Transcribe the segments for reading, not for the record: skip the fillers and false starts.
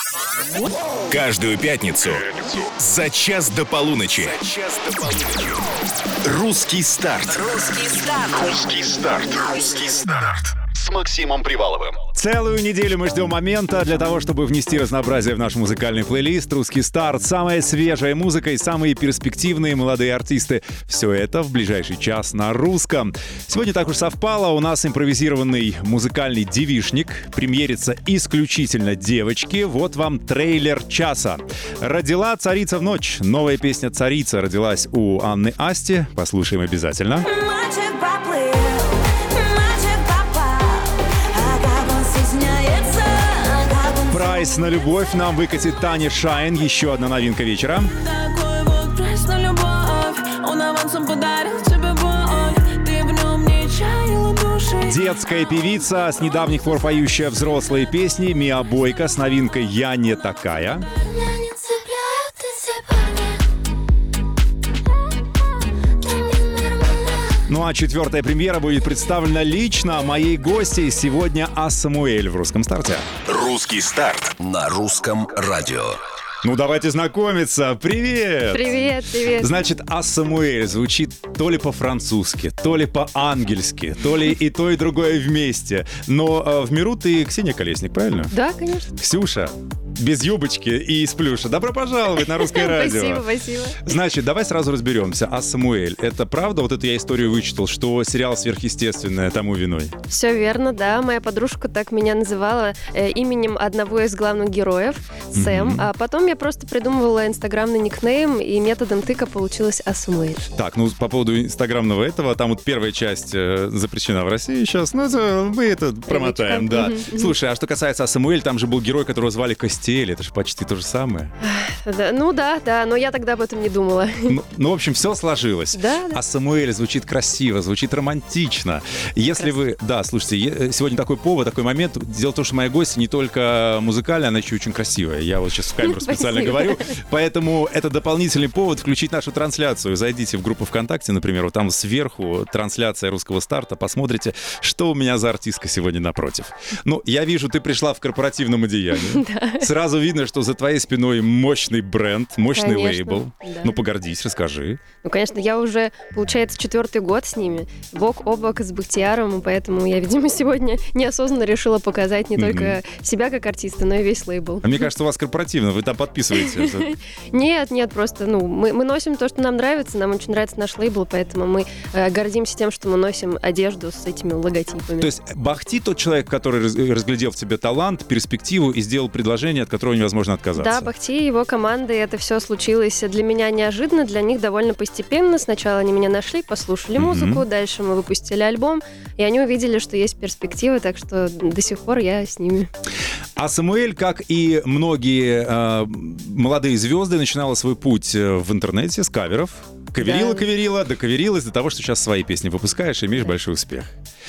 Каждую пятницу за час до полуночи. Русский старт. Русский старт. С Максимом Приваловым. Целую неделю мы ждем момента для того, чтобы внести разнообразие в наш музыкальный плейлист «Русский старт». Самая свежая музыка и самые перспективные молодые артисты. Все это в ближайший час на русском. Сегодня так уж совпало, у нас импровизированный музыкальный девичник. Премьерится исключительно девочки. Вот вам трейлер часа. «Родила царица в ночь». Новая песня «Царица» родилась у Анны Асти. Послушаем обязательно. Прайс на любовь нам выкатит Таня Шайн. Еще одна новинка вечера. Такой вот прайс на любовь. Он авансом подарил тебе боль. Ты в нем не чаяла души. Детская певица, с недавних пор поющая взрослые песни, Миа Бойко с новинкой «Я не такая». Ну а четвертая премьера будет представлена лично моей гостьей сегодня Асамуэль в «Русском старте». Русский старт на русском радио. Ну, давайте знакомиться. Привет! Привет. Значит, Асамуэль звучит то ли по-французски, то ли по-ангельски, то ли и то, и другое вместе. Но в миру ты Ксения Колесник, правильно? Да, конечно. Ксюша, без юбочки и из плюша. Добро пожаловать на Русское радио. Спасибо. Значит, давай сразу разберемся. Асамуэль, это правда? Вот эту я историю вычитал, что сериал «Сверхъестественное» тому виной. Все верно, да. Моя подружка так меня называла именем одного из главных героев, Сэм. А потом я просто придумывала инстаграмный никнейм, и методом тыка получилось Асамуэль. Так, ну по поводу инстаграмного этого, там вот первая часть запрещена в России сейчас, но мы это промотаем, да. Слушай, а что касается Асамуэль, там же был герой, которого звали Костель, это же почти то же самое. Ну да, но я тогда об этом не думала. Ну, в общем, все сложилось. Да. Асамуэль звучит красиво, звучит романтично. Если вы... Да, слушайте, сегодня такой повод, такой момент. Дело в том, что моя гостья не только музыкальная, она еще очень красивая. Я вот сейчас в камеру специально говорю. Поэтому это дополнительный повод включить нашу трансляцию. Зайдите в группу ВКонтакте, например, вот там сверху трансляция «Русского старта». Посмотрите, что у меня за артистка сегодня напротив. Ну, я вижу, ты пришла в корпоративном одеянии. Да. Сразу видно, что за твоей спиной мощный бренд, мощный лейбл. Да. Ну, погордись, расскажи. Ну, конечно, я уже, получается, 4-й год с ними, бок о бок с Бахтияром, и поэтому я, видимо, сегодня неосознанно решила показать не только себя как артиста, но и весь лейбл. А мне кажется, у вас корпоративно, вы там подписываете. Нет, просто, мы носим то, что нам нравится, нам очень нравится наш лейбл, поэтому мы гордимся тем, что мы носим одежду с этими логотипами. То есть Бахти тот человек, который разглядел в тебе талант, перспективу и сделал предложение, от которого невозможно отказаться. Да, Бахти и его команда, это все случилось для меня неожиданно, для них довольно постепенно. Сначала они меня нашли, послушали музыку, дальше мы выпустили альбом, и они увидели, что есть перспективы, так что до сих пор я с ними. Асамуэль, как и многие молодые звезды, начинала свой путь в интернете с каверов. Каверила, доковерилась до того, что сейчас свои песни выпускаешь и имеешь большой успех.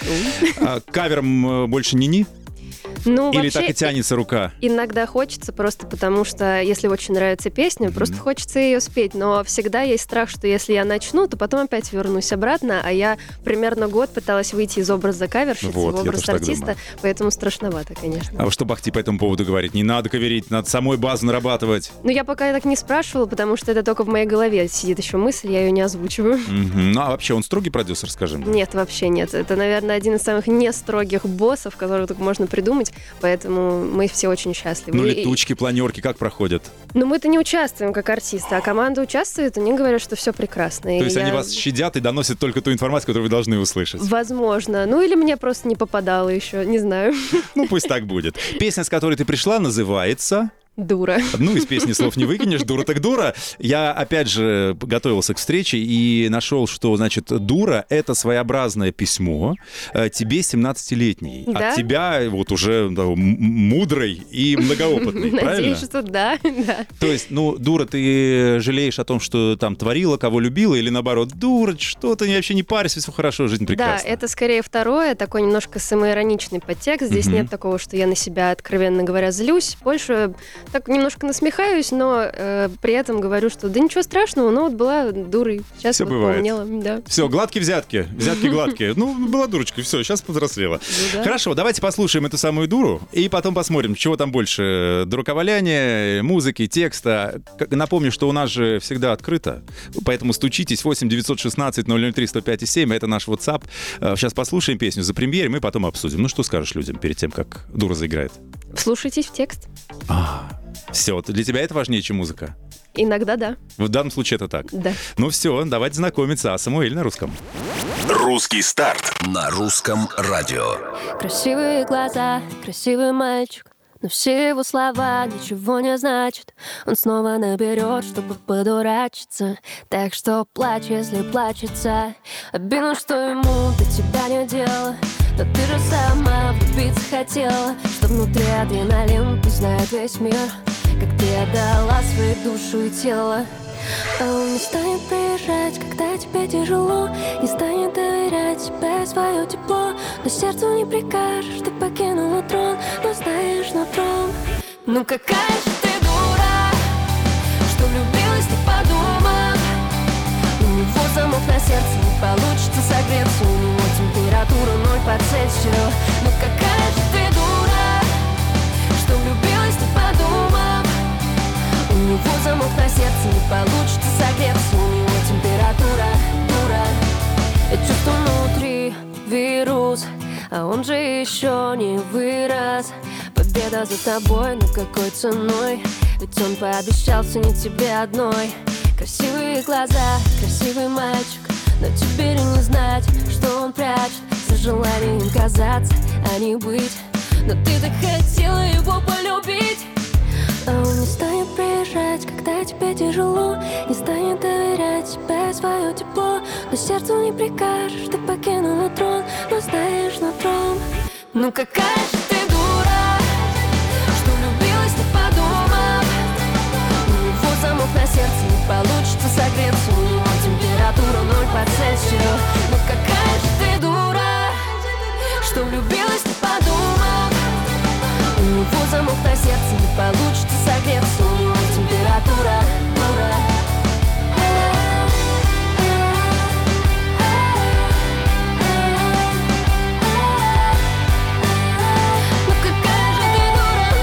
Кавером больше ни-ни? Ну, или вообще, так и тянется рука? Иногда хочется просто потому, что если очень нравится песня, просто хочется ее спеть. Но всегда есть страх, что если я начну, то потом опять вернусь обратно. А я примерно год пыталась выйти из образа каверщицы в образ артиста, поэтому страшновато, конечно. А что Бахти по этому поводу говорит? Не надо каверить, надо самой базу нарабатывать. Ну, я пока так не спрашивала, потому что это только в моей голове сидит еще мысль, я ее не озвучиваю. Ну, а вообще он строгий продюсер, скажи мне? Нет, вообще нет. Это, наверное, один из самых нестрогих боссов, которых только можно придумать. Поэтому мы все очень счастливы. Ну, летучки, планерки как проходят? Ну, мы-то не участвуем как артисты, а команда участвует, они говорят, что все прекрасно. То есть они вас щадят и доносят только ту информацию, которую вы должны услышать? Возможно. Ну, или мне просто не попадало еще, не знаю. Ну, пусть так будет. Песня, с которой ты пришла, называется... Дура. Ну, из песни слов не выкинешь, дура так дура. Я, опять же, готовился к встрече и нашел, что, значит, дура — это своеобразное письмо тебе, 17-летней. Да? От тебя вот уже мудрой и многоопытной, правильно? Надеюсь, что да. То есть, ну, дура, ты жалеешь о том, что там творила, кого любила, или наоборот, дура, что ты вообще не парься, все хорошо, жизнь прекрасна. Да, это скорее второе, такой немножко самоироничный подтекст. Здесь нет такого, что я на себя, откровенно говоря, злюсь. Больше так немножко насмехаюсь, но при этом говорю, что да ничего страшного, но вот была дурой. Сейчас Всё вот бывает. поумнела. Да. Все, гладкие взятки гладкие. Ну, была дурочкой, все, сейчас повзрослела. Ну да. Хорошо, давайте послушаем эту самую дуру, и потом посмотрим, чего там больше. Дураковаляния, музыки, текста. Напомню, что у нас же всегда открыто, поэтому стучитесь 8 916 003 105 7, это наш WhatsApp. Сейчас послушаем песню, запремьерим, и потом обсудим. Ну, что скажешь людям перед тем, как дура заиграет? Вслушайтесь в текст. Все, для тебя это важнее, чем музыка? Иногда да. В данном случае это так. Да. Ну все, давайте знакомиться. А Самуэль на русском. Русский старт. На русском радио. Красивые глаза, красивый мальчик, но все его слова ничего не значат. Он снова наберет, чтобы подурачиться. Так что плачь, если плачется. Обидно, что ему до тебя не дело. Но ты же сама влюбиться хотела, что внутри адреналин, пусть знает весь мир, как ты отдала свою душу и тело. А он не станет приезжать, когда тебе тяжело, не станет доверять тебе свое тепло. Но сердцу не прикажешь, ты покинула трон, но знаешь нутром. Ну какая же ты дура, что влюбилась, не подумав. У него замок на сердце, не получится согреться. У него температура 0 по Цельсию. Ну какая же ты дура, что влюбилась, не подумав. У него замок на сердце, не получится согреться. У него температура, дура. Я чувствую внутри вирус, а он же еще не вырос. Победа за тобой, но какой ценой? Ведь он пообещал ценить тебе одной. Красивые глаза, красивый мальчик, но теперь и не знать, что он прячет за желанием казаться, а не быть. Но ты так хотела его полюбить. А он не станет приезжать, когда тебе тяжело, не станет доверять тебе свое тепло. Но сердцу не прикажешь, ты покинула трон, но знаешь нутром. Ну какая же ты дура, что влюбилась, не подумав. У него замок на сердце, не получится согреться. У него температура 0 по Цельсию. Ну какая же ты дура, что влюбилась, не подумав. У него замок на сердце, не получится согреться. У него температура, дура. Ну какая же ты дура,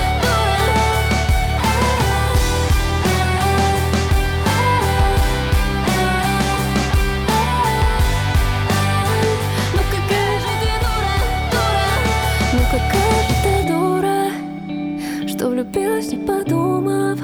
ну какая же ты дура, ну какая же ты дура, что влюбилась, не подумав.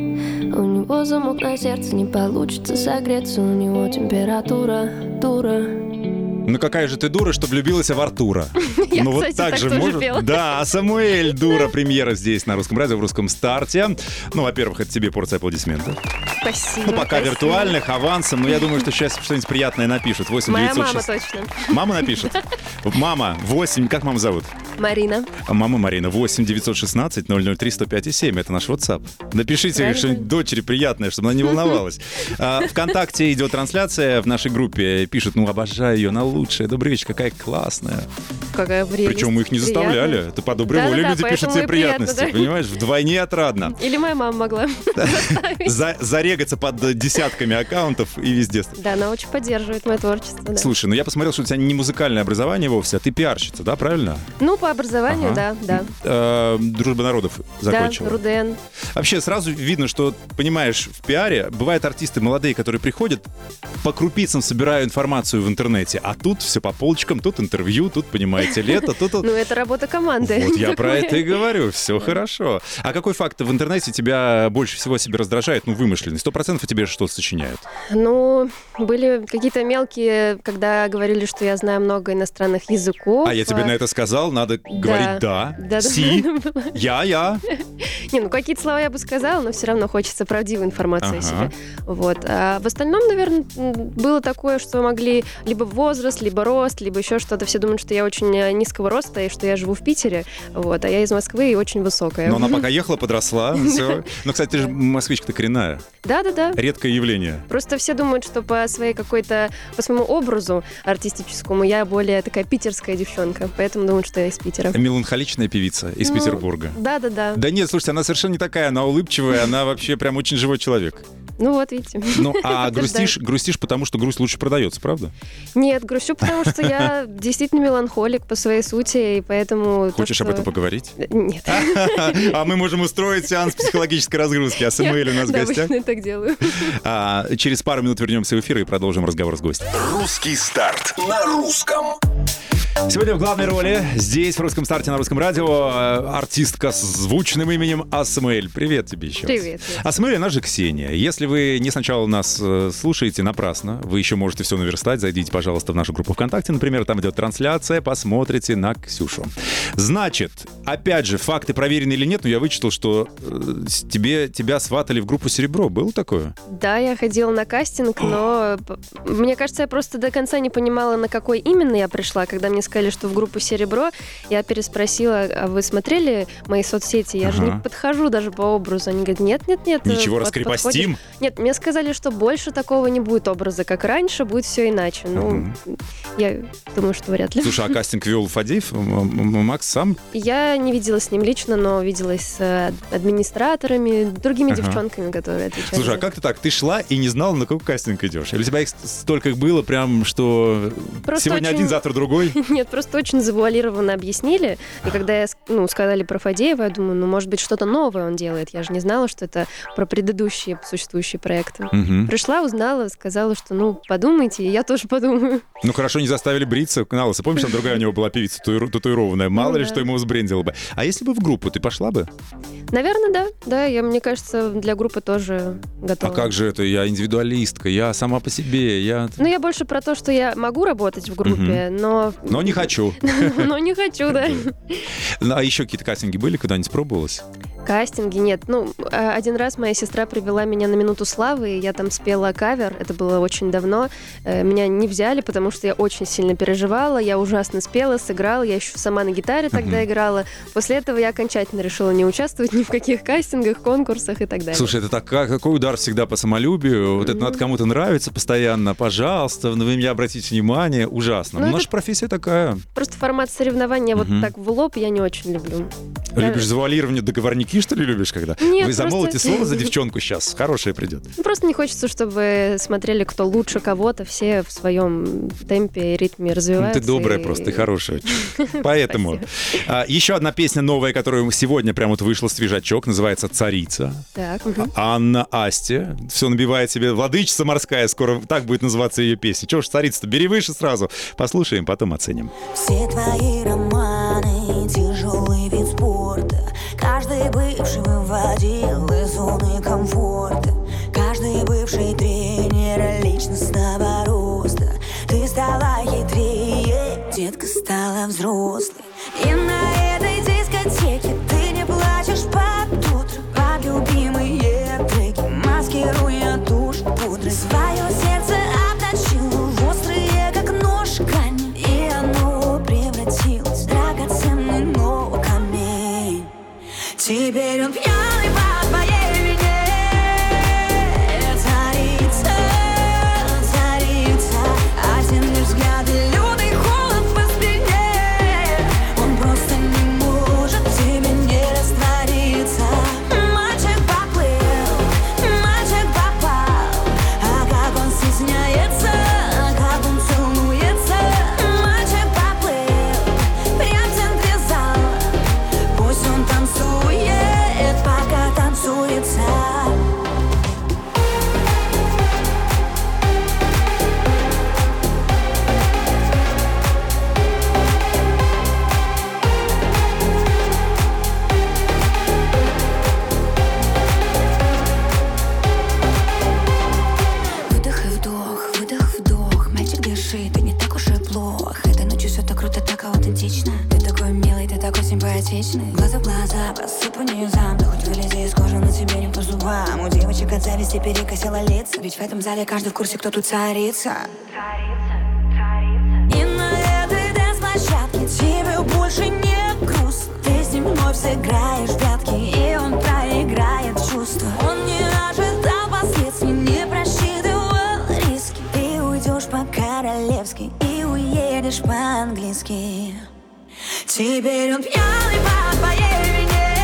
У него замок на сердце, не получится согреться. У него температура, дура. Ну какая же ты дура, что влюбилась в Артура. Я, Ну вот кстати, так так же тоже может. пела. Да, а Самуэль дура, премьера здесь на русском радио в русском старте. Ну, во-первых, это тебе порция аплодисментов. Спасибо. Ну, пока спасибо. виртуальных, авансом. Но я думаю, что сейчас что-нибудь приятное напишут. 8 Моя 906. мама точно. Мама напишет? Мама, 8, как маму зовут? Марина. Мама Марина, 8 916 003 105 7. Это наш WhatsApp. Напишите Правильно. что-нибудь дочери приятное, чтобы она не волновалась. ВКонтакте идет трансляция в нашей группе. Пишут, ну, обожаю ее, она лучшая. Добрый вечер, какая классная. Какая прелесть. Причем мы их не заставляли. Приятно. Это по доброй воле Да-да-да, люди пишут поэтому себе и приятно, приятности. да. Понимаешь, вдвойне отрадно. Или моя мама могла заставить. Зарегаться под десятками аккаунтов и везде. Да, она очень поддерживает мое творчество. Да. Слушай, ну я посмотрел, что у тебя не музыкальное образование вовсе, а ты пиарщица, да, правильно? Ну, по образованию, Ага. да. Дружба народов закончила. Да, РУДН. Вообще сразу видно, что, понимаешь, в пиаре бывают артисты молодые, которые приходят, по крупицам собирают информацию в интернете, а тут все по полочкам, тут интервью, тут, понимаете, лето, тут... Ну, это работа команды. Вот я про это и говорю, все хорошо. А какой факт в интернете тебя больше всего себе раздражает, ну, вымышленный? 100% тебе что-то сочиняют. Ну, были какие-то мелкие, когда говорили, что я знаю много иностранных языков. А я тебе на это сказал, надо говорить «да», Да. «си», «я». Не, ну какие-то слова я бы сказала, но все равно хочется правдивой информации о Ага. себе. Вот. А в остальном, наверное, было такое, что могли либо возраст, либо рост, либо еще что-то. Все думают, что я очень низкого роста и что я живу в Питере, вот, а я из Москвы и очень высокая. Но она пока ехала, подросла, все. Но, кстати, ты же москвичка-то коренная. Да-да-да. Редкое явление. Просто все думают, что по своему образу артистическому я более такая питерская девчонка, поэтому думают, что я из Питера. Меланхоличная певица из Ну, Петербурга. Да-да-да. Да нет, слушайте, она совершенно не такая, она улыбчивая, она вообще прям очень живой человек. Ну вот, видите. Ну, а Подтверждаю. грустишь, потому что грусть лучше продается, правда? Нет, грущу, потому что я действительно меланхолик по своей сути, и поэтому... Хочешь об этом поговорить? Нет. А мы можем устроить сеанс психологической разгрузки. АСМЛ у нас в Да, гостях. обычно я так делаю. Через пару минут вернемся в эфир и продолжим разговор с гостем. Русский старт на русском. Сегодня в главной роли здесь, в русском старте на русском радио, артистка с звучным именем АСМЛ. Привет тебе еще. Привет. АСМЛ, она же Ксения. Если вы не сначала нас слушаете напрасно, вы еще можете все наверстать. Зайдите, пожалуйста, в нашу группу ВКонтакте, например, там идет трансляция, посмотрите на Ксюшу. Значит, опять же, факты проверены или нет, но я вычитал, что тебя сватали в группу «Серебро». Было такое? Да, я ходила на кастинг, но мне кажется, я просто до конца не понимала, на какой именно я пришла. Когда мне сказали, что в группу «Серебро», я переспросила, а вы смотрели мои соцсети? Я же не подхожу даже по образу. Они говорят, нет. Ничего, раскрепостим? Нет, мне сказали, что больше такого не будет образа, как раньше, будет все иначе. Ну, я думаю, что вряд ли. Слушай, а кастинг вел Фадеев? Макс сам? Я не видела с ним лично, но виделась с администраторами, другими девчонками, которые отвечали. Слушай, а как ты так? Ты шла и не знала, на какой кастинг идешь? Или у тебя их столько их было прям, что Просто сегодня очень- один, завтра другой? Нет, просто очень завуалированно объяснили. И когда сказали про Фадеева, я думаю, может быть, что-то новое он делает. Я же не знала, что это про предыдущие существующие проекты. Пришла, узнала, сказала, что, подумайте, и я тоже подумаю. Ну хорошо, не заставили бриться на лысо. Помнишь, там другая у него была певица татуированная? Мало ли, да. что ему сбрендило бы. А если бы в группу, ты пошла бы? Наверное, да. Да, мне кажется, для группы тоже готова. А как же это? Я индивидуалистка, я сама по себе, я... Ну, я больше про то, что я могу работать в группе, но... Но не хочу. Но не хочу, да. А еще какие-то кастинги были? Куда-нибудь пробовалась? Кастинги нет. Один раз моя сестра привела меня на «Минуту славы», и я там спела кавер. Это было очень давно. Меня не взяли, потому что я очень сильно переживала. Я ужасно спела, сыграла. Я еще сама на гитаре тогда играла. После этого я окончательно решила не участвовать ни в каких кастингах, конкурсах и так далее. Слушай, это какой удар всегда по самолюбию. Вот это надо кому-то нравится постоянно. Пожалуйста, вы меня обратите внимание. Ужасно. Ну, Наша это- профессия такая. Просто формат соревнования вот так в лоб я не очень люблю. Любишь завуалирование, договорники, что ли, любишь, когда? Нет, Вы замолвите просто- слово за девчонку сейчас. Хорошее придет. Просто не хочется, чтобы смотрели, кто лучше кого-то. Все в своем темпе и ритме развиваются. Ты добрая и- просто, ты хорошая. Поэтому. Еще одна песня новая, которая сегодня прям вот вышла, свежачок, называется «Царица». Так. Анна Асти. Все набивает себе «Владычица морская». Скоро так будет называться ее песня. Чего ж царица-то? Бери выше сразу. Послушаем, потом оценим. Все твои романы, тяжелый вид спорта. Каждый бывший выводил из зоны комфорта. Каждый бывший тренер личностного роста. Ты стала хитрее, детка стала взрослой. И на этой дискотеке ты не плачешь под утро. Под любимые треки, маскируя тушь пудрой. Свое сердце обточила в острые, как нож, грани. И оно превратилось в драгоценный камень. Теперь он пьяный по твоей вине. Царица, царица, один взгляд и лютый холод по спине. Он просто не может в тебе не раствориться. Мальчик поплыл, мальчик попал. А как он стесняется, а как он целуется. Мальчик поплыл, прям в центре зала. Пусть он танцует, пока танцуется. Выдох, вдох. Мальчик дышит, и не так уж и плохо. Этой ночью все так круто, так аутентично. Ты такой милый, ты такой симпатичный. Глаза в глаза, посыпу низам. Да хоть вылези из кожи, на тебе не по зубам. У девочек от зависти перекосило лица. Ведь в этом зале каждый в курсе, кто тут царица. И на этой дэнс-площадке тебе больше не грустно. Ты с ним вновь сыграешь в прятки, и он проиграет чувства. Он не ожидал последствий, не просчитывал риски. Ты уйдешь по-королевски и уедешь по-английски. Теперь он пьяный по твоей вине.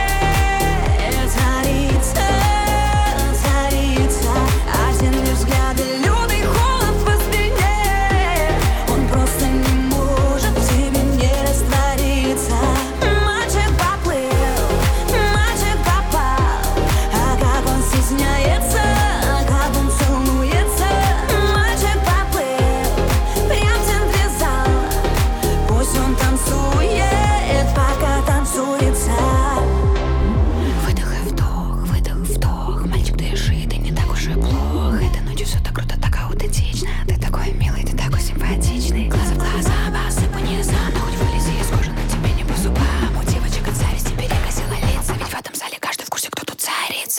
Царица, царица, осенние взгляды, лютый холод по спине. Он просто не может в тебе не раствориться. Мальчик поплыл, мальчик попал, а как он стесняется, а как он целуется. Мальчик поплыл, прям в центре зала, пусть он танцует, пока танцуется. Выдох и вдох, мальчик, дыши, ты не так уж и плохо. Этой ночью все так круто, так аутентично. Ты такой милый, ты такой симпатичный. Глаза в глаза, басы по низам, да хоть вылези из кожи, на тебе не по зубам. У девочек от зависти перекосила лица, ведь в этом зале каждый в курсе, кто тут царица.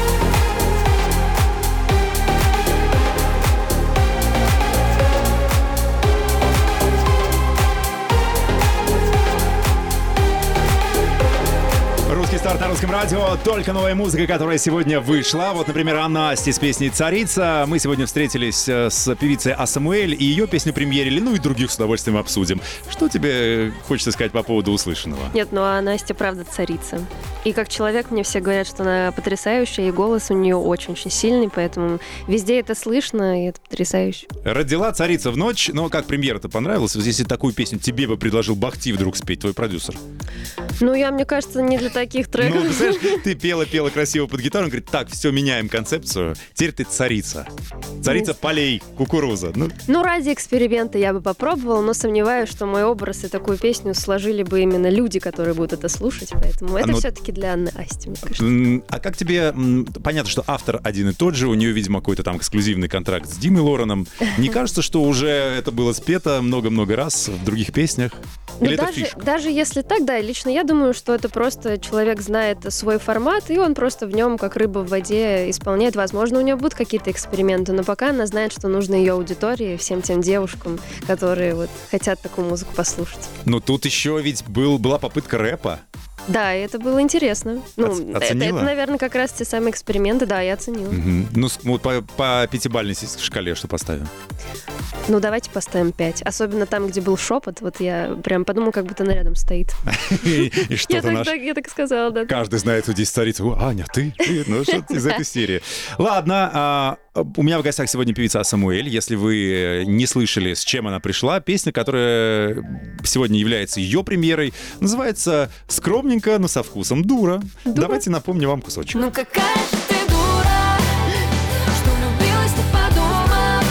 Русский старт на русском радио. Только новая музыка, которая сегодня вышла. Вот, например, Анасти с песней «Царица». Мы сегодня встретились с певицей Асамуэль и ее песню премьерили, ну и других с удовольствием обсудим. Что тебе хочется сказать по поводу услышанного? Нет, ну а Настя правда царица. И как человек мне все говорят, что она потрясающая, и голос у нее очень-очень сильный, поэтому везде это слышно, и это потрясающе. Родила царица в ночь, но как премьера-то понравилась? Вот если такую песню тебе бы предложил Бахти вдруг спеть, твой продюсер. Ну, мне кажется, не для таких треков. Ну, ты знаешь, ты пела красиво под гитару, он говорит, так, все, меняем концепцию, теперь ты царица. Царица полей, кукуруза. Ну, ради эксперимента я бы попробовала, но сомневаюсь, что мой образ и такую песню сложили бы именно люди, которые будут это слушать, поэтому это все-таки для Анны Асти, мне кажется. А как тебе... Понятно, что автор один и тот же, у нее, видимо, какой-то там эксклюзивный контракт с Димой Лореном. Не кажется, что уже это было спето много-много раз в других песнях? Или это фишка? Даже если так, да, лично я думаю, что это просто человек знает свой формат, и он просто в нем, как рыба в воде, исполняет. Возможно, у нее будут какие-то эксперименты, но пока она знает, что нужно ее аудитории, всем тем девушкам, которые вот хотят такую музыку послушать. Но тут еще ведь была попытка рэпа. Да, и это было интересно. Это, наверное, как раз те самые эксперименты, да, я оценила. Угу. Ну, вот по пятибалльной шкале что поставим? Ну, давайте поставим 5. Особенно там, где был шепот. Вот я прям подумала, как будто она рядом стоит. И что-то я так сказала, да. Каждый знает, что здесь царица. Аня, ты? Ну, что-то из этой серии. Ладно, у меня в гостях сегодня певица Асамуэль. Если вы не слышали, с чем она пришла, песня, которая сегодня является ее премьерой, называется скромненько, но со вкусом «Дура». Давайте напомню вам кусочек. Ну какая же ты дура, что влюбилась, не подумав.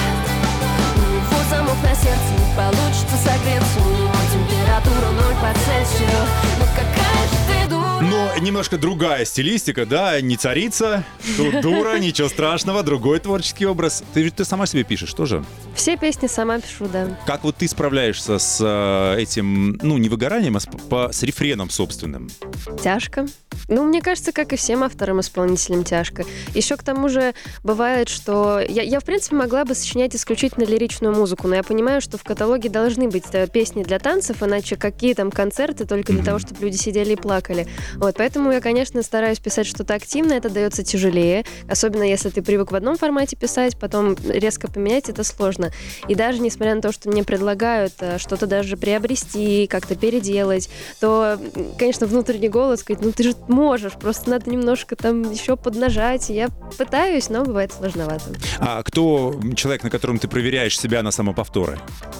У него замок на сердце, не получится согреться. У него температура 0 по Цельсию. Ну какая же ты дура. Но немножко другая стилистика, да, не царица, тут дура, ничего страшного, другой творческий образ. Ты сама себе пишешь тоже? Все песни сама пишу, да. Как вот ты справляешься с этим, ну, не выгоранием, а с рефреном собственным? Тяжко. Ну, мне кажется, как и всем авторам-исполнителям тяжко. Еще к тому же бывает, что... Я, в принципе, могла бы сочинять исключительно лиричную музыку, но я понимаю, что в каталоге должны быть песни для танцев, иначе какие там концерты только для того, чтобы люди сидели и плакали. Вот, поэтому я, конечно, стараюсь писать что-то активное, это дается тяжелее, особенно если ты привык в одном формате писать, потом резко поменять, это сложно. И даже несмотря на то, что мне предлагают что-то даже приобрести, как-то переделать, то, конечно, внутренний голос говорит, ну ты же можешь, просто надо немножко там еще поднажать. Я пытаюсь, но бывает сложновато. А кто человек, на котором ты проверяешь себя на самоповторы?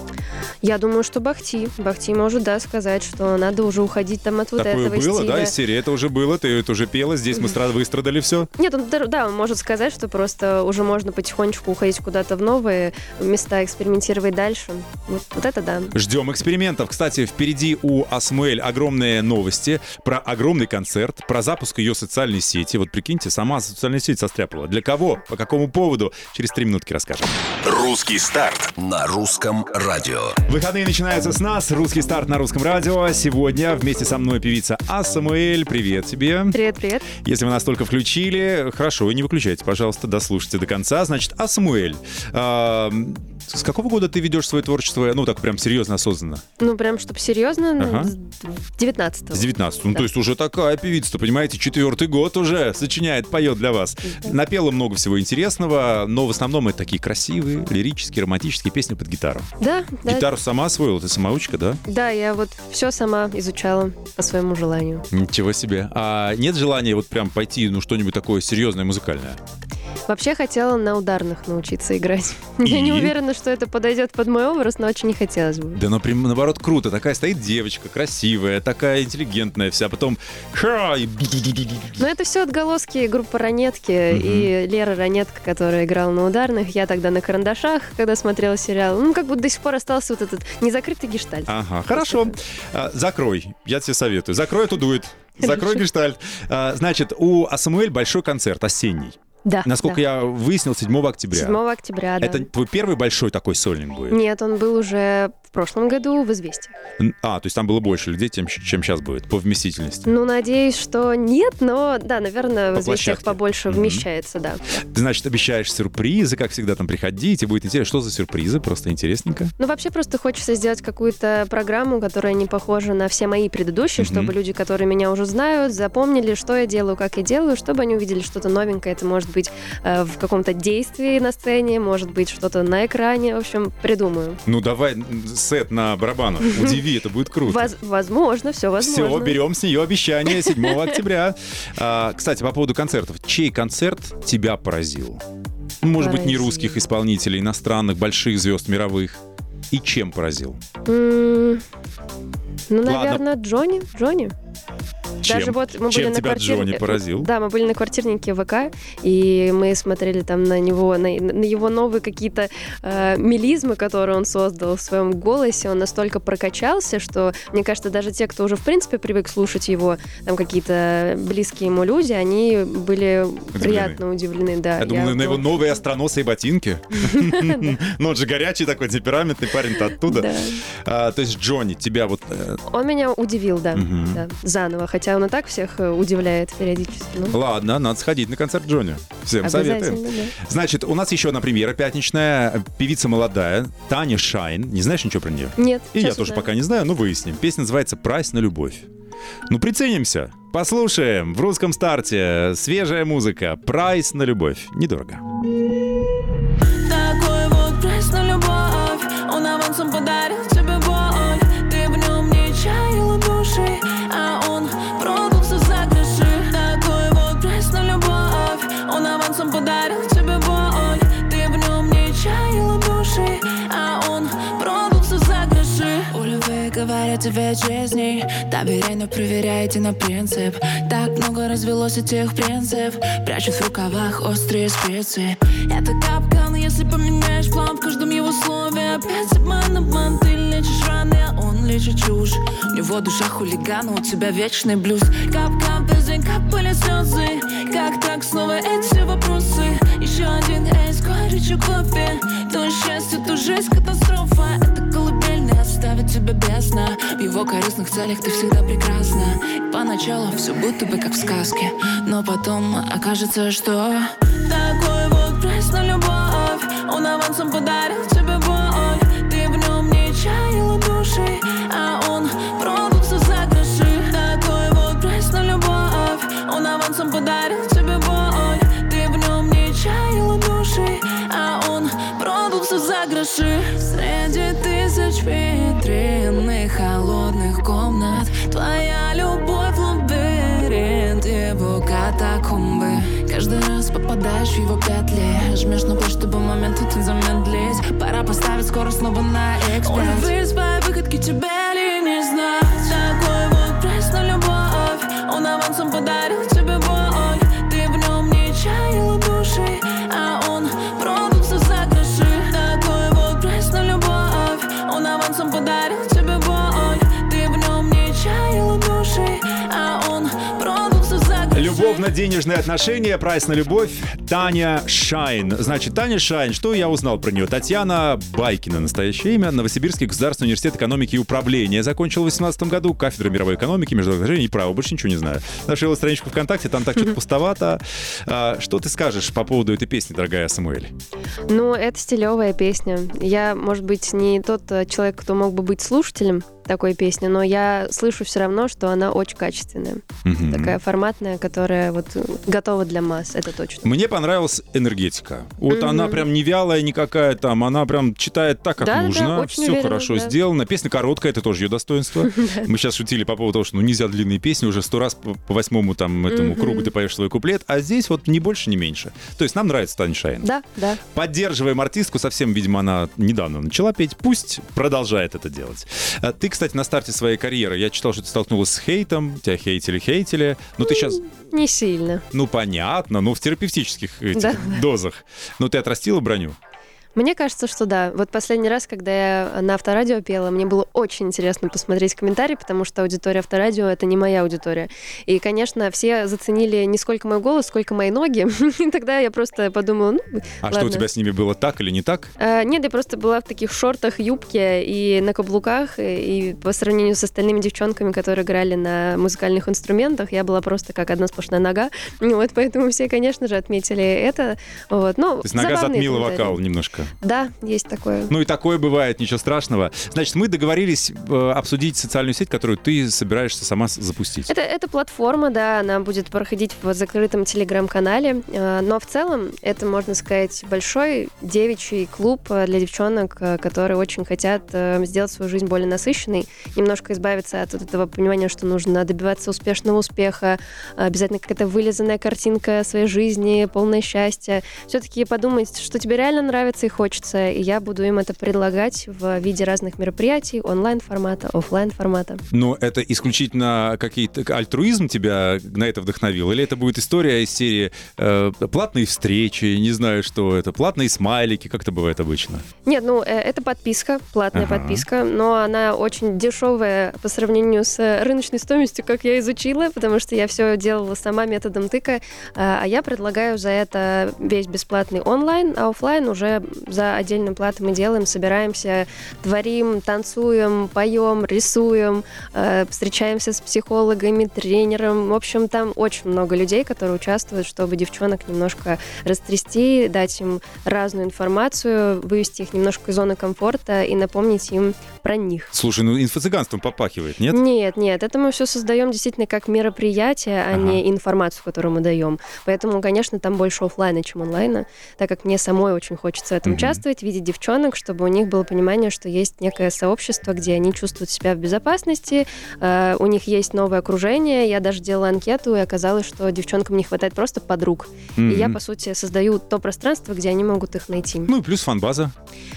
Я думаю, что Бахти. Бахти может, да, сказать, что надо уже уходить там от вот такое этого было, стиля. Да, из серии это уже было, ты это уже пела, здесь мы выстрадали все. Нет, он может сказать, что просто уже можно потихонечку уходить куда-то в новые места, экспериментировать дальше. Вот это да. Ждем экспериментов. Кстати, впереди у Асамуэль огромные новости про огромный концерт, про запуск ее социальной сети. Вот прикиньте, сама социальная сеть состряпала. Для кого? По какому поводу? Через 3 минутки расскажем. Русский старт на русском радио. Выходные начинаются с нас. Русский старт на русском радио. Сегодня вместе со мной певица Асамуэль. Привет тебе. Привет, привет. Если вы нас только включили, хорошо, и не выключайте, пожалуйста, дослушайте до конца. Значит, Асамуэль. С какого года ты ведешь свое творчество, ну, так прям серьезно, осознанно? Ну, прям, чтобы серьезно, Ага. с 19-го. С 19. Ну, Да. то есть уже такая певица, понимаете, 4-й год уже сочиняет, поет для вас. Напела много всего интересного, но в основном это такие красивые, лирические, романтические песни под гитару. Да, да. Гитару сама освоила, ты самоучка, да? Да, я вот все сама изучала по своему желанию. Ничего себе. А нет желания вот прям пойти, ну, что-нибудь такое серьезное, музыкальное? Вообще хотела на ударных научиться играть. Я не уверена, что это подойдет под мой образ, но очень не хотелось бы. Да, наоборот, круто. Такая стоит девочка, красивая, такая интеллигентная вся, потом... Но это все отголоски группы «Ранетки» и Лера Ранетка, которая играла на ударных. Я тогда на карандашах, когда смотрела сериал. Ну, как будто до сих пор остался вот этот незакрытый гештальт. Ага, хорошо. Закрой. Я тебе советую. Закрой эту дует. Закрой гештальт. Значит, у Асамуэль большой концерт осенний. Да. Насколько да. я выяснил, 7 октября. 7 октября, да. Это твой первый большой такой сольник будет? Нет, он был уже в прошлом году в «Известиях». То есть там было больше людей, чем сейчас будет, по вместительности. Ну, надеюсь, что нет, но, да, наверное, в По «Известиях» площадке. побольше вмещается, да. Ты, значит, обещаешь сюрпризы, как всегда, там приходить, и будет интересно. Что за сюрпризы? Просто интересненько. Ну, вообще просто хочется сделать какую-то программу, которая не похожа на все мои предыдущие, чтобы люди, которые меня уже знают, запомнили, что я делаю, как я делаю, чтобы они увидели что-то новенькое. Это может быть в каком-то действии на сцене, может быть что-то на экране. В общем, придумаю. Ну, давай сет на барабанах. Удиви, это будет круто. Возможно, все возможно. Все, берем с нее обещание 7 октября. Кстати, по поводу концертов. Чей концерт тебя поразил? Может быть, не Поразил. русских исполнителей, иностранных, больших звезд мировых. И чем поразил? Ну, Ладно. наверное, Джонни. Чем? Даже вот мы Чем были на тебя квартирнике. Джонни поразил? Да, мы были на квартирнике ВК, и мы смотрели там на него, на его новые какие-то мелизмы, которые он создал в своем голосе. Он настолько прокачался, что, мне кажется, даже те, кто уже в принципе привык слушать его, там какие-то близкие ему люди, они были приятно удивлены. Да, Я думал, на его была- новые остроносые ботинки. Ну, он же горячий такой, темпераментный парень-то оттуда. Да. То есть Джонни, тебя вот... Он меня удивил, да, заново, хотя он и так всех удивляет периодически. Ну, Ладно, надо сходить на концерт Джонни. Всем советуем. обязательно, да. Значит, у нас еще одна премьера пятничная. Певица молодая, Таня Шайн. Не знаешь ничего про нее? Нет, И я сейчас тоже узнаю. пока не знаю, но выясним. Песня называется «Прайс на любовь». Ну, приценимся, послушаем. В русском старте свежая музыка. «Прайс на любовь». Недорого. Такой вот прайс на любовь. Он авансом подарил тебе боль. Ты в нем не чаяла души, а он продался за гроши. Такой вот прайс на любовь. Он авансом подарил тебе боль. Ты в нем не чаяла души, а он продался за гроши. У любви говорят тебе честней. Доверяй, но проверяйте на принцип. Так много развелось этих принцип. Прячут в рукавах острые специи. Это капкан, если поменяешь план в каждом его слове. Опять обман, ты лечишь раны, а он лечит чушь. У него душа хулигана, у тебя вечный блюз. Кап-кап, день капали слезы. Как так снова эти вопросы? Еще один эйс, горячий кофе. То счастье, то жизнь, катастрофа. Это колыбельная, оставит тебя без сна. В его корыстных целях ты всегда прекрасна. И поначалу все будто бы как в сказке, но потом окажется, что такой вот прайс на любовь. Он авансом подарил тебе боль. Ты в нем не чаяла души, а он продался за гроши. Такой вот прайс на любовь. Он авансом подарил тебе боль. Ты в нем не чаяла души, а он продался за гроши. Среди тысяч витрин и холодных комнат твоя любовь лабиринт его катакомбы. Каждый раз попадаешь в его петли. Жмешь на плечо, чтобы момент этот замедлить. Пора поставить скорость снова на экспресс. Он любит свои выходки, тебя ли не знать. Такой вот прайс на любовь. Он авансом подарил тебе боль. Ты в нем не чаяла души, а он продался за гроши. Такой вот прайс на любовь. Он авансом подарил тебе боль. Ты в нем не чаяла души, а он продался за гроши. Любовь на денежные отношения, прайс на любовь. Таня Шайн. Значит, Таня Шайн, что я узнал про нее? Татьяна Байкина, настоящее имя. Новосибирский государственный университет экономики и управления. Закончил в 2018 году кафедру мировой экономики, международных отношений и права. Больше ничего не знаю. Нашла страничку ВКонтакте, там так что-то пустовато. Что ты скажешь по поводу этой песни, дорогая Самуэль? Ну, это стилевая песня. Я, может быть, не тот человек, кто мог бы быть слушателем такой песни, но я слышу все равно, что она очень качественная. Такая форматная, которая вот готова для масс, это точно. Мне понравилась энергетика. Вот она прям не вялая никакая там, она прям читает так, как нужно. Все уверена, хорошо сделано. Песня короткая, это тоже ее достоинство. Мы сейчас шутили по поводу того, что нельзя длинные песни, уже 100 раз по 8-му там этому кругу ты поешь свой куплет, а здесь вот ни больше, ни меньше. То есть нам нравится Таня Шайн. Да. Поддерживаем артистку, совсем, видимо, она недавно начала петь, пусть продолжает это делать. Ты, кстати, на старте своей карьеры, я читал, что ты столкнулась с хейтом, тебя хейтили, но ты сейчас... Не сильно. Ну, понятно, в терапевтических дозах. Но ты отрастила броню? Мне кажется, что да. Вот последний раз, когда я на Авторадио пела, мне было очень интересно посмотреть комментарии, потому что аудитория Авторадио — это не моя аудитория. И, конечно, все заценили не сколько мой голос, сколько мои ноги. И тогда я просто подумала, ладно. Что у тебя с ними было, так или не так? Нет, я просто была в таких шортах, юбке и на каблуках. И по сравнению с остальными девчонками, которые играли на музыкальных инструментах, я была просто как одна сплошная нога. Вот, поэтому все, конечно же, отметили это. Вот. То есть нога затмила вокал немножко. Да, есть такое. Ну и такое бывает, ничего страшного. Значит, мы договорились обсудить социальную сеть, которую ты собираешься сама запустить. Это платформа, да, она будет проходить в закрытом телеграм-канале, но в целом это, можно сказать, большой девичий клуб для девчонок, которые очень хотят сделать свою жизнь более насыщенной, немножко избавиться от этого понимания, что нужно добиваться успешного успеха, обязательно какая-то вылизанная картинка своей жизни, полное счастье. Все-таки подумать, что тебе реально нравится и хочется, и я буду им это предлагать в виде разных мероприятий, онлайн-формата, офлайн-формата. Но это исключительно какие-то альтруизм тебя на это вдохновил? Или это будет история из серии платные встречи, не знаю, что это, платные смайлики, как это бывает обычно? Нет, это подписка, платная подписка, но она очень дешевая по сравнению с рыночной стоимостью, как я изучила, потому что я все делала сама методом тыка, а я предлагаю за это весь бесплатный онлайн, а офлайн уже за отдельную плату мы делаем, собираемся, творим, танцуем, поем, рисуем, встречаемся с психологами, тренером. В общем, там очень много людей, которые участвуют, чтобы девчонок немножко растрясти, дать им разную информацию, вывести их немножко из зоны комфорта и напомнить им про них. Слушай, инфо-цыганством попахивает, нет? Нет, это мы все создаем действительно как мероприятие, а не информацию, которую мы даем. Поэтому, конечно, там больше офлайна, чем онлайна, так как мне самой очень хочется в этом участвовать, видеть девчонок, чтобы у них было понимание, что есть некое сообщество, где они чувствуют себя в безопасности, у них есть новое окружение. Я даже делала анкету, и оказалось, что девчонкам не хватает просто подруг. И я, по сути, создаю то пространство, где они могут их найти. Ну и плюс фан-база.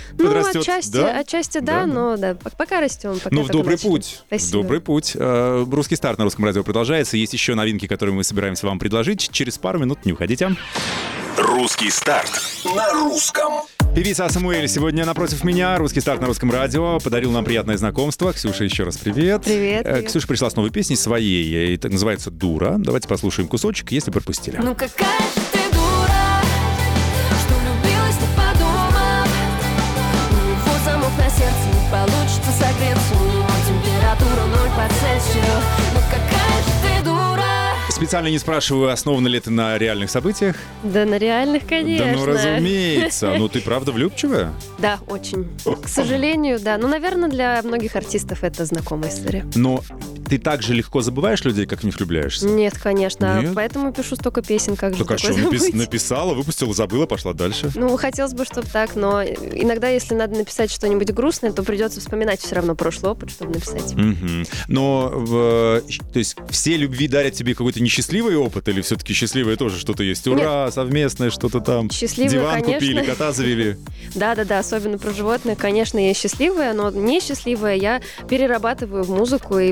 Отчасти да, но пока растем. В добрый путь. Спасибо. В добрый путь. Русский старт на Русском радио продолжается. Есть еще новинки, которые мы собираемся вам предложить. Через пару минут не уходите. Русский старт на русском. Певица Самуэль сегодня напротив меня. Русский старт на Русском радио. Подарил нам приятное знакомство. Ксюша, еще раз привет. Привет. Ксюша пришла с новой песней своей. Это называется «Дура». Давайте послушаем кусочек, если пропустили. Ну какая же ты дура, что влюбилась, не подумав. У него замок на сердце, не получится согреться. У него температура 0 по Цельсию. Ну какая же ты дура. Специально не спрашиваю, основано ли это на реальных событиях. Да, на реальных, конечно. Да, разумеется. Ну, ты правда влюбчивая? Да, очень. К сожалению, да. Наверное, для многих артистов это знакомая история. Но ты так же легко забываешь людей, как в них влюбляешься? Нет, конечно. Нет? Поэтому пишу столько песен, как же Так такое забыть? Написала, выпустила, забыла, пошла дальше. Хотелось бы, чтобы так, но иногда, если надо написать что-нибудь грустное, то придется вспоминать все равно прошлый опыт, чтобы написать. Но, то есть, все любви дарят тебе какой-то несчастливый опыт, или все-таки счастливое тоже что-то есть? Ура, Нет. совместное, что-то там. Счастливое, диван конечно. купили, кота завели. Да, особенно про животных. Конечно, я счастливая, но несчастливая я перерабатываю в музыку и прекрасно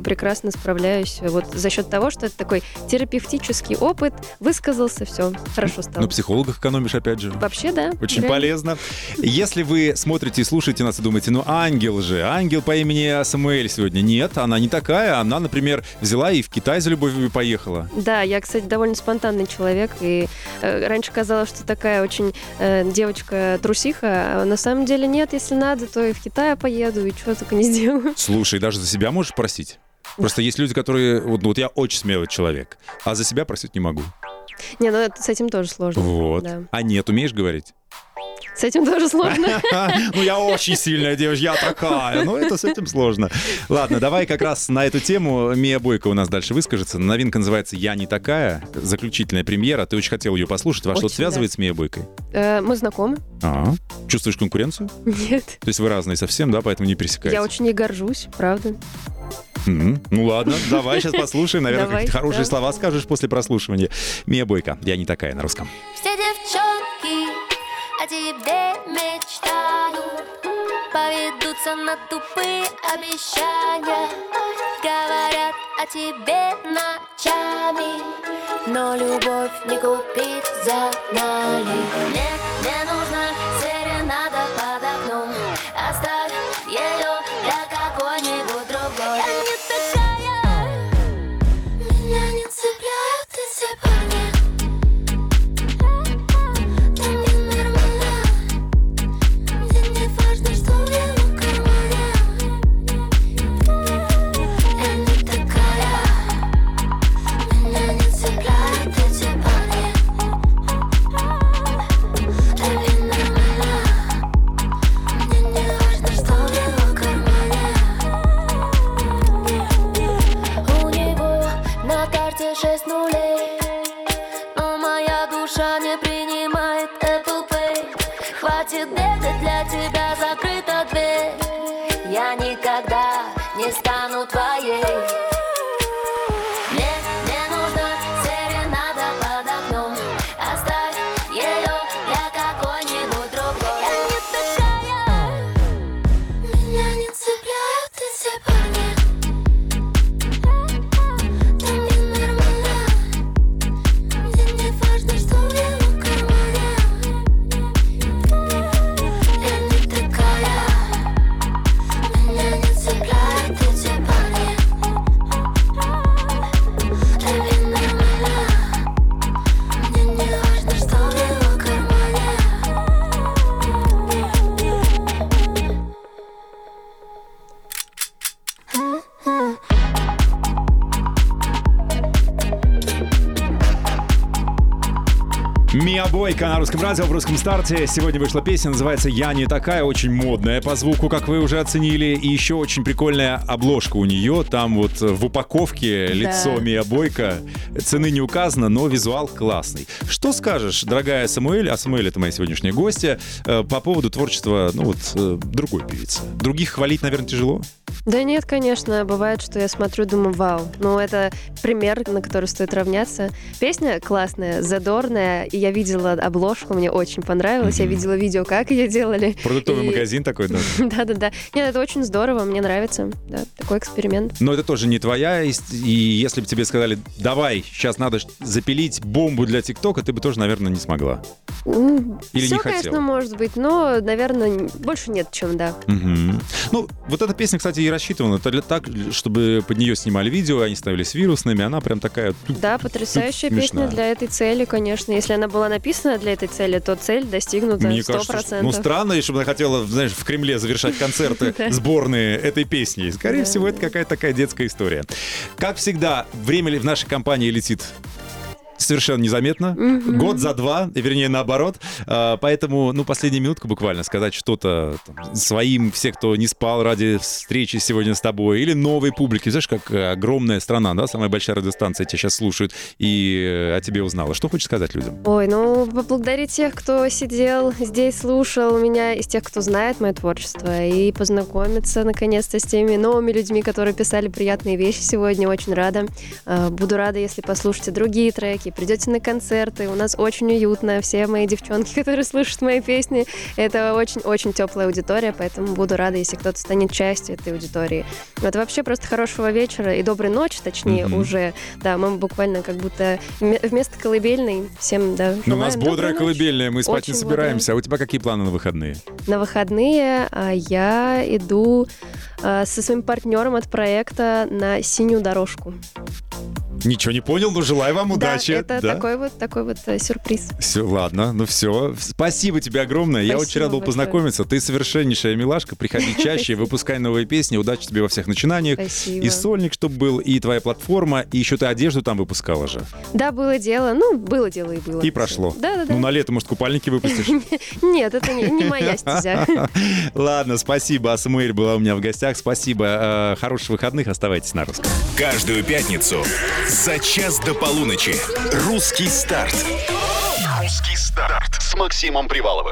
прекрасно справляюсь. Вот за счет того, что это такой терапевтический опыт, высказался, все, хорошо стало. На психологах экономишь, опять же. Вообще, да. Очень реально. полезно. Если вы смотрите и слушаете нас и думаете, ну ангел по имени Самуэль сегодня. Нет, она не такая. Она, например, взяла и в Китай за любовью поехала. Да, я, кстати, довольно спонтанный человек, и раньше казалось, что такая очень девочка-трусиха, а на самом деле нет, если надо, то и в Китай поеду, и чего только не сделаю. Слушай, даже за себя можешь просить? Просто есть люди, которые... Вот я очень смелый человек, а за себя просить не могу. Не, ну с этим тоже сложно. Вот. Да. А нет, умеешь говорить? С этим тоже сложно. Ну, я очень сильная девушка, я такая. Ну, это с этим сложно. Ладно, давай как раз на эту тему Мия Бойко у нас дальше выскажется. Новинка называется «Я не такая». Заключительная премьера. Ты очень хотел ее послушать. Вас что-то связывает с Мией Бойкой? Мы знакомы. Чувствуешь конкуренцию? Нет. То есть вы разные совсем, да, поэтому не пересекаетесь? Я очень ей горжусь, правда. Ну ладно, давай сейчас послушаем. Наверное, Давай, какие-то хорошие да. слова скажешь после прослушивания. Мия Бойко «Я не такая» на русском. Все девчонки о тебе мечтают, поведутся на тупые обещания, говорят о тебе ночами, но любовь не купить за налик. Мне нужна серенада под окном, оставь ее для какой-нибудь другой. Я не такая, меня не цепляют эти парни. Хватит бегать, для тебя закрыта дверь. Я никогда не стану твоей. Мне нужна серенада под окном, оставь ее для какой-нибудь другой. Я не такая, меня не цепляют эти парни. Там не нормально, мне не важно, что в его кармане. Я не такая, меня не цепляют эти парни. Тебе нормально, мне не важно, что в его кармане. Мия Бойко на русском радио в русском старте. Сегодня вышла песня, называется «Я не такая», очень модная по звуку, как вы уже оценили. И еще очень прикольная обложка у нее. Там вот в упаковке лицо Мия Бойко. Цены не указано, но визуал классный. Что скажешь, дорогая Самуэль, а Самуэль — это моя сегодняшняя гостья, по поводу творчества, другой певицы? Других хвалить, наверное, тяжело? Да нет, конечно, бывает, что я смотрю, думаю, вау. Ну, это пример, на который стоит равняться. Песня классная, задорная, и я видела обложку, мне очень понравилось. Я видела видео, как ее делали. Продуктовый магазин такой, да? Да-да-да. Нет, это очень здорово, мне нравится. Да, такой эксперимент. Но это тоже не твоя, и если бы тебе сказали, давай, сейчас надо запилить бомбу для ТикТока, ты бы тоже, наверное, не смогла. Или Все, не хотела? конечно, может быть, но, наверное, больше нет, чем да. Мгм. Ну, вот эта песня, кстати, и рассчитана так, чтобы под нее снимали видео, они ставились вирусными, она прям такая... Да, потрясающая смешная. песня для этой цели, конечно. Если она была написана для этой цели, то цель достигнута 100%. Мне кажется, странно, чтобы она хотела, знаешь, в Кремле завершать концерты сборные этой песней. Скорее всего, это какая-то такая детская история. Как всегда, время в нашей компании летит совершенно незаметно. Год за два, вернее, наоборот. Поэтому, последняя минутка буквально сказать что-то своим, все, кто не спал ради встречи сегодня с тобой, или новой публике. Знаешь, как огромная страна, да, самая большая радиостанция тебя сейчас слушают и о тебе узнала. Что хочешь сказать людям? Ой, поблагодарить тех, кто сидел здесь, слушал меня, из тех, кто знает мое творчество, и познакомиться, наконец-то, с теми новыми людьми, которые писали приятные вещи сегодня. Очень рада. Буду рада, если послушаете другие треки, праздники, придете на концерты, у нас очень уютно, все мои девчонки, которые слушают мои песни, это очень-очень теплая аудитория, поэтому буду рада, если кто-то станет частью этой аудитории. Вот вообще просто хорошего вечера и доброй ночи, точнее, уже. Да, мы буквально как будто вместо колыбельной всем, да, Ну, у нас желаем бодрая доброй ночи. колыбельная, мы спать Очень не собираемся. А у тебя какие планы на выходные? На выходные я иду со своим партнером от проекта на синюю дорожку. Ничего не понял, но желаю вам удачи. Да, это такой вот сюрприз. Все, ладно, ну все. Спасибо тебе огромное. Я Спасибо очень рад был большое. познакомиться. Ты совершеннейшая милашка. Приходи чаще, выпускай новые песни. Удачи тебе во всех начинаниях. Спасибо. И сольник, чтобы был, и твоя платформа, и еще ты одежду там выпускала же. Да, было дело. Ну, было дело и было. И прошло. Да. Ну, на лето, может, купальники выпустишь? Нет, это не моя стезя. Ладно, спасибо. Асмуэль была у меня в гостях. Спасибо. Хороших выходных. Оставайтесь на русском. Каждую пятницу за час до полуночи. Русский старт. Русский старт с Максимом Приваловым.